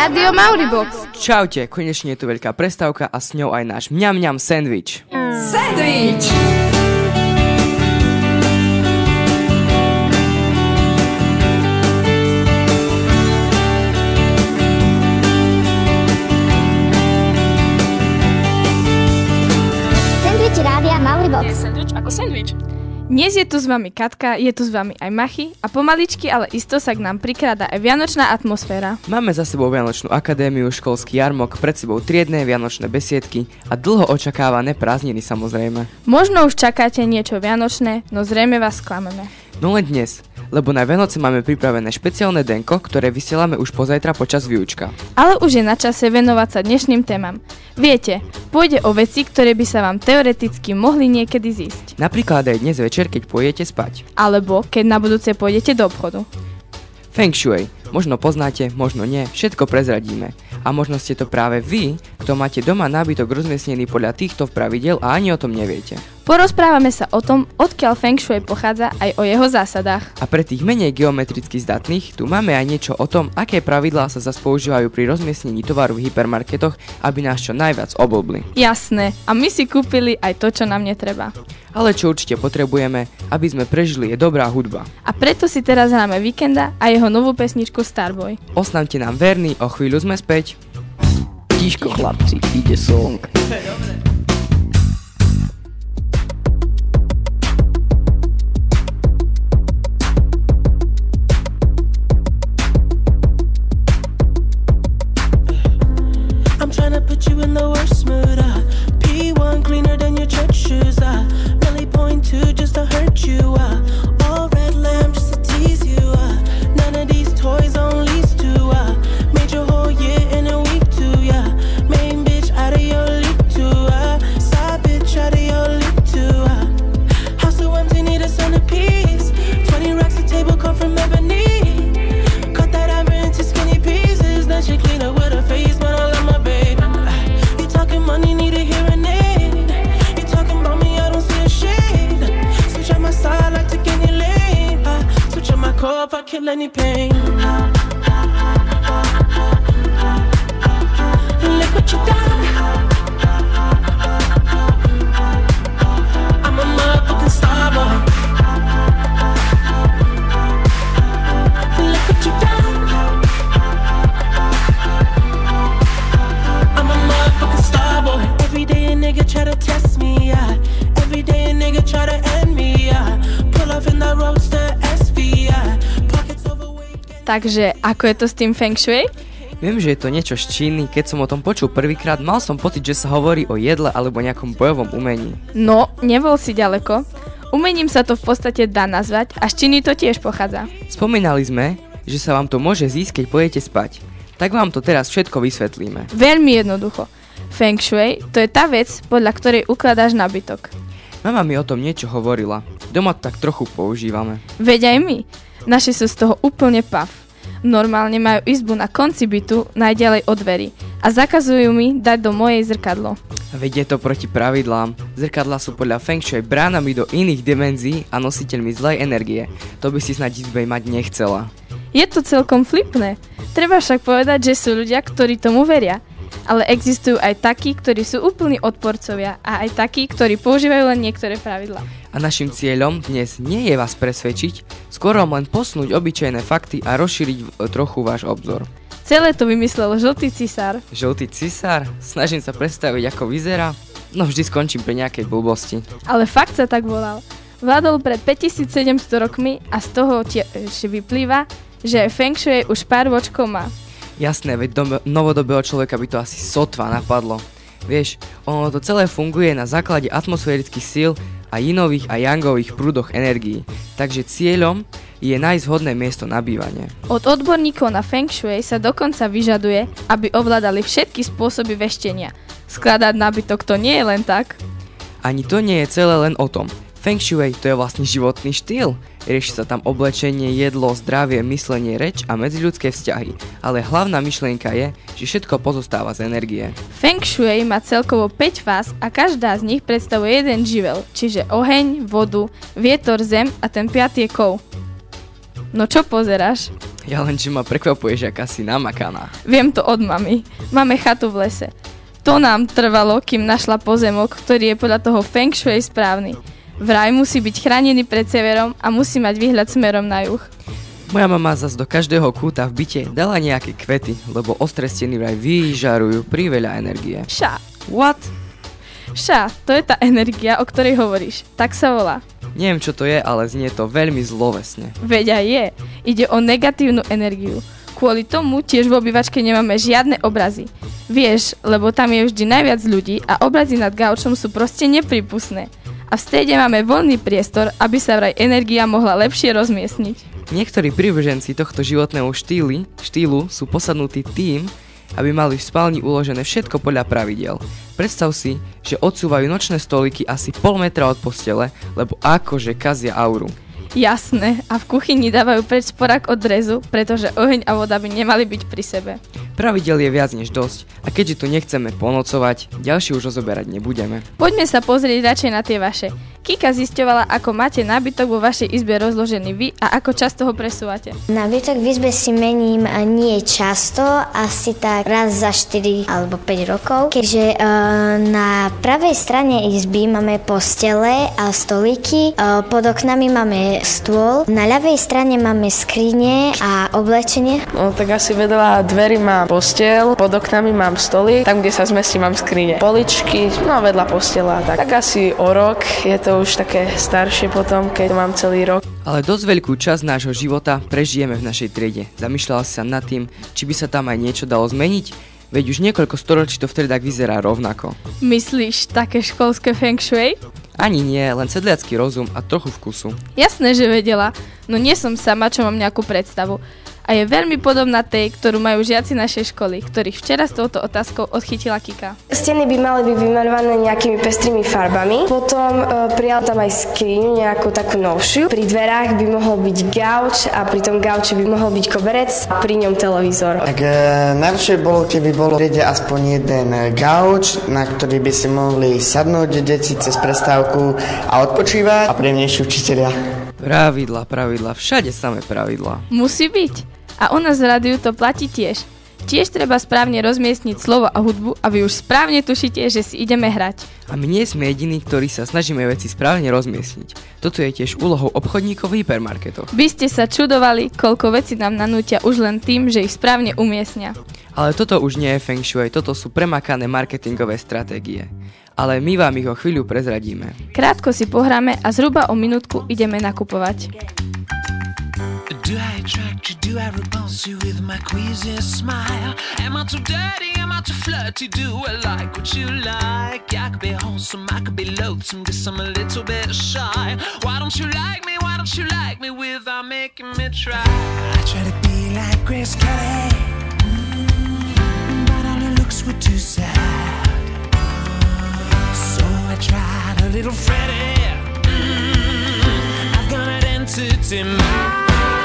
Rádio Mauribox. Čaute, konečne je tu veľká prestávka a s ňou aj náš mňam sandwich. Sandwich! Sandwich Rádia Mauribox. Je sandwich ako sandwich. Dnes je tu s vami Katka, je tu s vami aj Machy a pomaličky, ale isto sa k nám prikráda aj vianočná atmosféra. Máme za sebou Vianočnú akadémiu, školský jarmok, pred sebou triedne vianočné besiedky a dlho očakávané prázdniny samozrejme. Možno už čakáte niečo vianočné, no zrejme vás sklameme. No len dnes, lebo na Vianoce máme pripravené špeciálne denko, ktoré vysielame už pozajtra počas výučka. Ale už je na čase venovať sa dnešným témam. Viete, pôjde o veci, ktoré by sa vám teoreticky mohli niekedy zísť. Napríklad aj dnes večer, keď pôjdete spať. Alebo keď na budúce pôjdete do obchodu. Feng Shui. Možno poznáte, možno nie, všetko prezradíme. A možno ste to práve vy, kto máte doma nábytok rozmiestnený podľa týchto pravidiel a ani o tom neviete. Porozprávame sa o tom, odkiaľ Feng Shui pochádza aj o jeho zásadách. A pre tých menej geometricky zdatných tu máme aj niečo o tom, aké pravidlá sa zas používajú pri rozmiestnení tovaru v hypermarketoch, aby nás čo najviac oblbli. Jasné, a my si kúpili aj to, čo nám netreba. Ale čo určite potrebujeme, aby sme prežili, je dobrá hudba. A preto si teraz hráme Weekenda a jeho novú pesničku Starboy. Ostaňte nám verní, o chvíľu sme späť. Tiško chlapci, ide song. I'm tryna put you in the worst mood. P1 cleaner than your church shoes. Really point to just to hurt you. All red lamb just to tease you. None of these toys on lease to. Made your whole year in a week too. Yeah, main bitch out of your league too. Side bitch out of your league too. House so empty, need a centerpiece. 20 racks a table come from ebony. Cut that ever into skinny pieces. Then she clean up with her face, but I love my baby. You talking money, need a hearing aid. You talking about me, I don't see a shade. Switch on my side, like take any lane. Switch on my core if I kill any pain. Look what you done. I'm a motherfucking star boy. Look what you done. I'm a motherfucking star boy. Every day a nigga try to test me, yeah. Every day a nigga try to end me, yeah. Pull off in the roadster SV, yeah. Pockets overweight. Takže, ako je to s tým Feng Shui? Viem, že je to niečo z Číny, keď som o tom počul prvýkrát, mal som pocit, že sa hovorí o jedle alebo nejakom bojovom umení. No, nebol si ďaleko. Umením sa to v podstate dá nazvať a z Číny to tiež pochádza. Spomínali sme, že sa vám to môže zísť, keď pôjdete spať. Tak vám to teraz všetko vysvetlíme. Veľmi jednoducho. Feng Shui to je tá vec, podľa ktorej ukladáš nábytok. Mama mi o tom niečo hovorila. Doma to tak trochu používame. Veď aj my. Naši sú z toho úplne pav. Normálne majú izbu na konci bytu najďalej od dverí a zakazujú mi dať do mojej zrkadlo. Veď je to proti pravidlám. Zrkadlá sú podľa Feng Shui bránami do iných dimenzií a nositeľmi zlej energie. To by si snad izbe mať nechcela. Je to celkom flipné. Treba však povedať, že sú ľudia, ktorí tomu veria. Ale existujú aj takí, ktorí sú úplní odporcovia a aj takí, ktorí používajú len niektoré pravidlá. A našim cieľom dnes nie je vás presvedčiť, skôr vám len posnúť obyčajné fakty a rozšíriť trochu váš obzor. Celé to vymyslel žltý cisár. Žltý cisár? Snažím sa predstaviť, ako vyzerá. No vždy skončím pri nejakej blbosti. Ale fakt sa tak volal. Vládol pred 5700 rokmi a z toho tiež vyplýva, že Feng Shui už pár vočkov má. Jasné, veď novodobého človeka by to asi sotva napadlo. Vieš, ono to celé funguje na základe atmosférických síl a yinových a yangových prúdoch energií. Takže cieľom je nájsť vhodné miesto na bývanie. Od odborníkov na Feng Shui sa dokonca vyžaduje, aby ovládali všetky spôsoby veštenia. Skladať nábytok to nie je len tak. Ani to nie je celé len o tom. Feng Shui to je vlastne životný štýl. Rieši sa tam oblečenie, jedlo, zdravie, myslenie, reč a medziľudské vzťahy. Ale hlavná myšlienka je, že všetko pozostáva z energie. Feng Shui má celkovo 5 fáz a každá z nich predstavuje jeden živel, čiže oheň, vodu, vietor, zem a ten 5. je kov. No čo pozeráš? Ja len, že ma prekvapuješ, aká si namakaná. Viem to od mamy. Máme chatu v lese. To nám trvalo, kým našla pozemok, ktorý je podľa toho Feng Shui správny. Vraj musí byť chránený pred severom a musí mať výhľad smerom na juh. Moja mama zas do každého kúta v byte dala nejaké kvety, lebo ostré steny vraj vyžarujú priveľa energie. Ša. What? Ša, to je tá energia, o ktorej hovoríš. Tak sa volá. Neviem, čo to je, ale znie to veľmi zlovesne. Veď aj je. Ide o negatívnu energiu. Kvôli tomu tiež v obývačke nemáme žiadne obrazy. Vieš, lebo tam je vždy najviac ľudí a obrazy nad gaučom sú proste nepripustné. A v striede máme voľný priestor, aby sa vraj energia mohla lepšie rozmiestniť. Niektorí prívrženci tohto životného štýlu sú posadnutí tým, aby mali v spálni uložené všetko podľa pravidiel. Predstav si, že odsúvajú nočné stoliky asi pol metra od postele, lebo akože kazia auru. Jasné, a v kuchyni dávajú preč sporák od drezu, pretože oheň a voda by nemali byť pri sebe. Pravidel je viac než dosť a keďže tu nechceme ponocovať, ďalšie už rozoberať nebudeme. Poďme sa pozrieť radšej na tie vaše. Kika zisťovala, ako máte nábytok vo vašej izbe rozložený vy a ako často ho presúvate. Nábytok v izbe si mením nie často, asi tak raz za 4 alebo 5 rokov, keďže na pravej strane izby máme postele a stolíky, pod oknami máme stôl, na ľavej strane máme skrine a oblečenie. No tak asi vedľa dverí mám posteľ, pod oknami mám stolík, tam kde sa zmestí mám skrine. Poličky, no vedľa postela tak asi o rok, je to už také staršie potom, keď mám celý rok. Ale dosť veľkú časť nášho života prežijeme v našej triede. Zamýšľala si sa nad tým, či by sa tam aj niečo dalo zmeniť? Veď už niekoľko storočí to v triedách vyzerá rovnako. Myslíš také školské Feng Shui? Ani nie, len sedliacky rozum a trochu vkusu. Jasné, že vedela, no nie som sama, čo mám nejakú predstavu. A je veľmi podobná tej, ktorú majú žiaci našej školy, ktorých včera s touto otázkou odchytila Kika. Steny by mali byť vymalované nejakými pestrými farbami. Potom prijal tam aj skriňu, nejakú takú novšiu. Pri dverách by mohol byť gauč a pri tom gauči by mohol byť koberec a pri ňom televízor. Tak najlepšie bolo, keby bolo v triede aspoň jeden gauč, na ktorý by si mohli sadnúť deti cez prestávku a odpočívať a príjemnejší učitelia. Pravidla, všade samé pravidla. Musí byť. A u nás v rádiu to platí tiež. Tiež treba správne rozmiestniť slovo a hudbu a vy už správne tušíte, že si ideme hrať. A my nie sme jediní, ktorí sa snažíme veci správne rozmiestniť. Toto je tiež úlohou obchodníkov v hypermarketoch. By ste sa čudovali, koľko vecí nám nanútia už len tým, že ich správne umiestnia. Ale toto už nie je Feng Shui, toto sú premakané marketingové stratégie. Ale my vám ich o chvíľu prezradíme. Krátko si pohráme a zhruba o minútku ideme nakupovať. Do I attract you? Do I repulse you with my queasy smile? Am I too dirty? Am I too flirty? Do I like what you like? I could be wholesome, I could be loathsome, guess I'm a little bit shy. Why don't you like me? Why don't you like me without making me try? I try to be like Grace Kelly, but all her looks were too sad. So I tried a little Freddie. I've got an entity mind.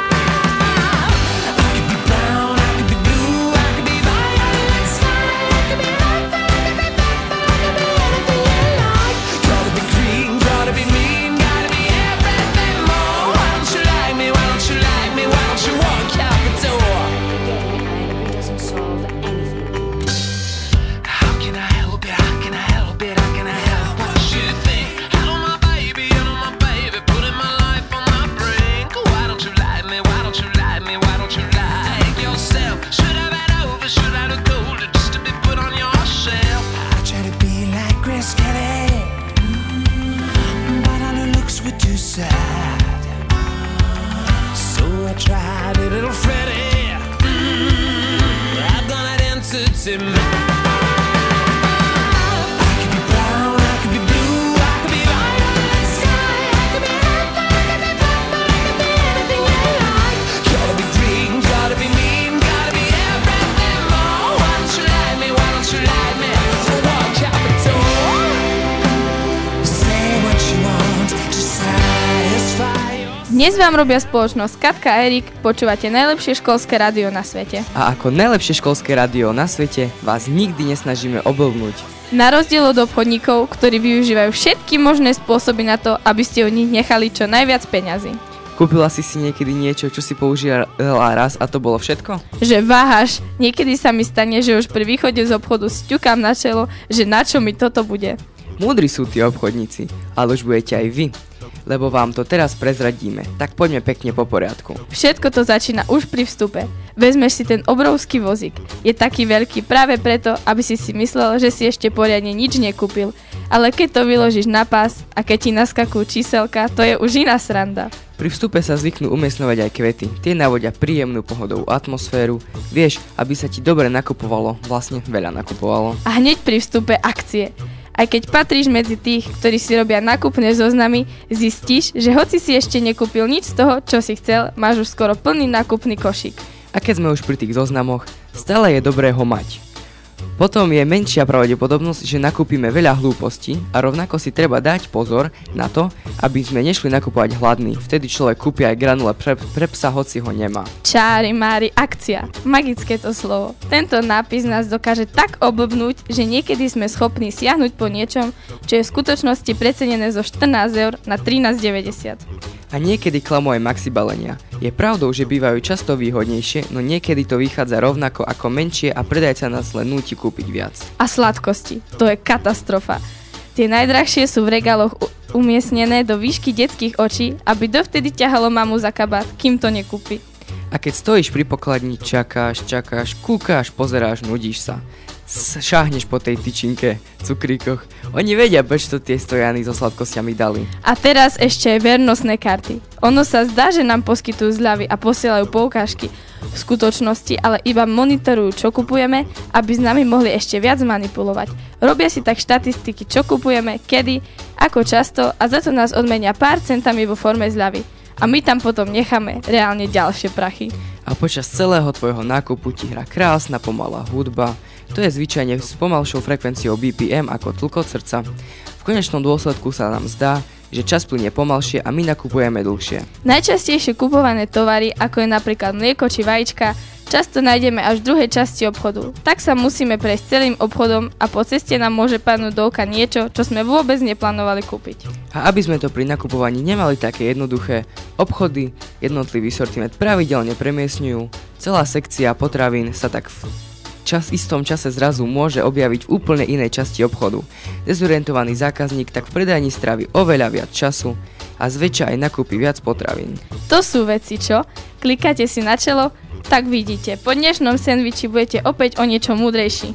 Dnes vám robia spoločnosť Katka a Erik, počúvate najlepšie školské rádio na svete. A ako najlepšie školské rádio na svete vás nikdy nesnažíme oblbnúť. Na rozdiel od obchodníkov, ktorí využívajú všetky možné spôsoby na to, aby ste od nich nechali čo najviac peňazí. Kúpila si niekedy niečo, čo si použila raz a to bolo všetko? Že váhaš, niekedy sa mi stane, že už pri východe z obchodu sťukám na čelo, že na čo mi toto bude. Múdri sú tí obchodníci, ale už budete aj vy, lebo vám to teraz prezradíme, tak poďme pekne po poriadku. Všetko to začína už pri vstupe. Vezmeš si ten obrovský vozík. Je taký veľký práve preto, aby si myslel, že si ešte poriadne nič nekúpil. Ale keď to vyložíš na pás a keď ti naskakujú číselka, to je už iná sranda. Pri vstupe sa zvyknú umiestňovať aj kvety. Tie navodia príjemnú pohodovú atmosféru. Vieš, aby sa ti dobre nakupovalo, vlastne veľa nakupovalo. A hneď pri vstupe akcie. Aj keď patríš medzi tých, ktorí si robia nákupné zoznamy, zistíš, že hoci si ešte nekúpil nič z toho, čo si chcel, máš už skoro plný nákupný košík. A keď sme už pri tých zoznamoch, stále je dobré ho mať. Potom je menšia pravdepodobnosť, že nakúpime veľa hlúpostí a rovnako si treba dať pozor na to, aby sme nešli nakupovať hladný. Vtedy človek kúpi aj granule pre psa, hoci ho nemá. Čári mári, akcia. Magické to slovo. Tento nápis nás dokáže tak oblbnúť, že niekedy sme schopní siahnuť po niečom, čo je v skutočnosti precenené zo 14 eur na 13,90. A niekedy klamú aj maxi balenia. Je pravdou, že bývajú často výhodnejšie, no niekedy to vychádza rovnako ako menšie a predajca nás len núti kúpiť viac. A sladkosti. To je katastrofa. Tie najdrahšie sú v regáloch umiestnené do výšky detských očí, aby dovtedy ťahalo mamu za kabát, kým to nekúpi. A keď stojíš pri pokladni, čakáš, kúkáš, pozeráš, nudíš sa. Šáhneš po tej tyčinke, cukríkoch. Oni vedia, prečo tie stojany so sladkosťami dali. A teraz ešte aj vernostné karty. Ono sa zdá, že nám poskytujú zľavy a posielajú poukážky. V skutočnosti ale iba monitorujú, čo kupujeme, aby s nami mohli ešte viac manipulovať. Robia si tak štatistiky, čo kupujeme, kedy, ako často a za to nás odmenia pár centami vo forme zľavy. A my tam potom necháme reálne ďalšie prachy. A počas celého tvojho nákupu ti hrá krásna pomalá hudba. To je zvyčajne s pomalšou frekvenciou BPM ako tlkot srdca. V konečnom dôsledku sa nám zdá, že čas plynie pomalšie a my nakupujeme dlhšie. Najčastejšie kupované tovary, ako je napríklad mlieko či vajíčka, často nájdeme až v druhej časti obchodu. Tak sa musíme prejsť celým obchodom a po ceste nám môže padnúť do oka niečo, čo sme vôbec neplánovali kúpiť. A aby sme to pri nakupovaní nemali také jednoduché, obchody jednotlivý sortiment pravidelne premiestňujú, celá sekcia potravín sa tak v istom čase zrazu môže objaviť v úplne inej časti obchodu. Dezorientovaný zákazník tak v predajni strávi oveľa viac času a zväčša aj nakúpi viac potravín. To sú veci, čo? Klikáte si na čelo? Tak vidíte, po dnešnom sendviči budete opäť o niečo múdrejší.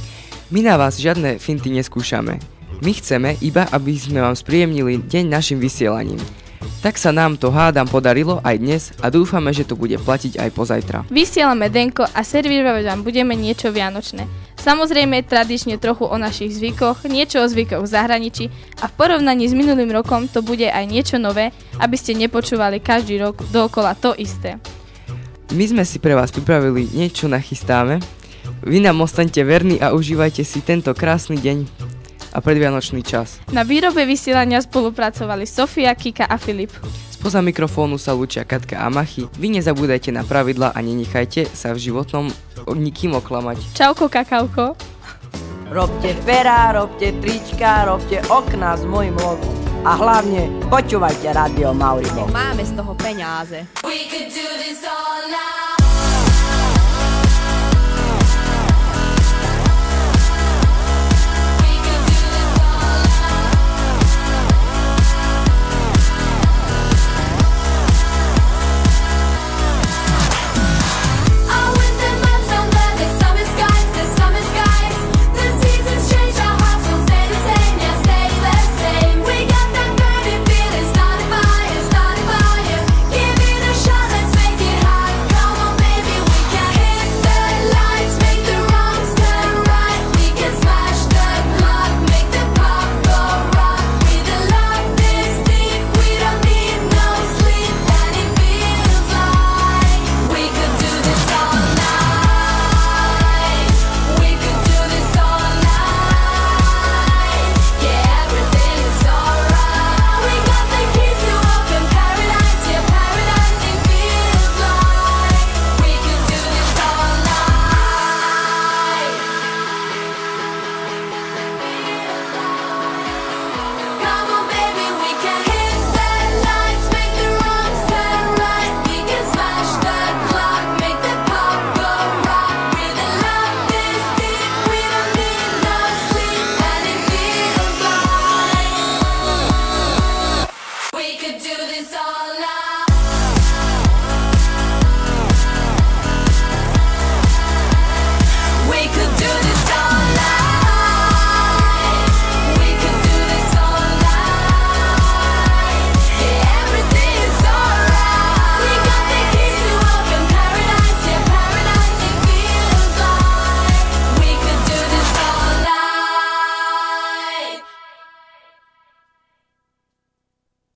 My na vás žiadne finty neskúšame. My chceme iba, aby sme vám spríjemnili deň našim vysielaním. Tak sa nám to hádam podarilo aj dnes a dúfame, že to bude platiť aj pozajtra. Vysielame denko a servírovať vám budeme niečo vianočné. Samozrejme tradične trochu o našich zvykoch, niečo o zvykoch v zahraničí a v porovnaní s minulým rokom to bude aj niečo nové, aby ste nepočúvali každý rok dookola to isté. My sme si pre vás pripravili niečo nachystáme. Vy nám ostaňte verní a užívajte si tento krásny deň a predvianočný čas. Na výrobe vysielania spolupracovali Sofia, Kika a Filip. Spoza mikrofónu sa lúčia Katka a Machy. Vy nezabúdajte na pravidla a nenechajte sa v životnom nikým oklamať. Čauko, kakauko. Robte perá, robte trička, robte okná s mojím logom. A hlavne počúvajte Rádio Mauribox. Máme z toho peňáze. We could do this all night.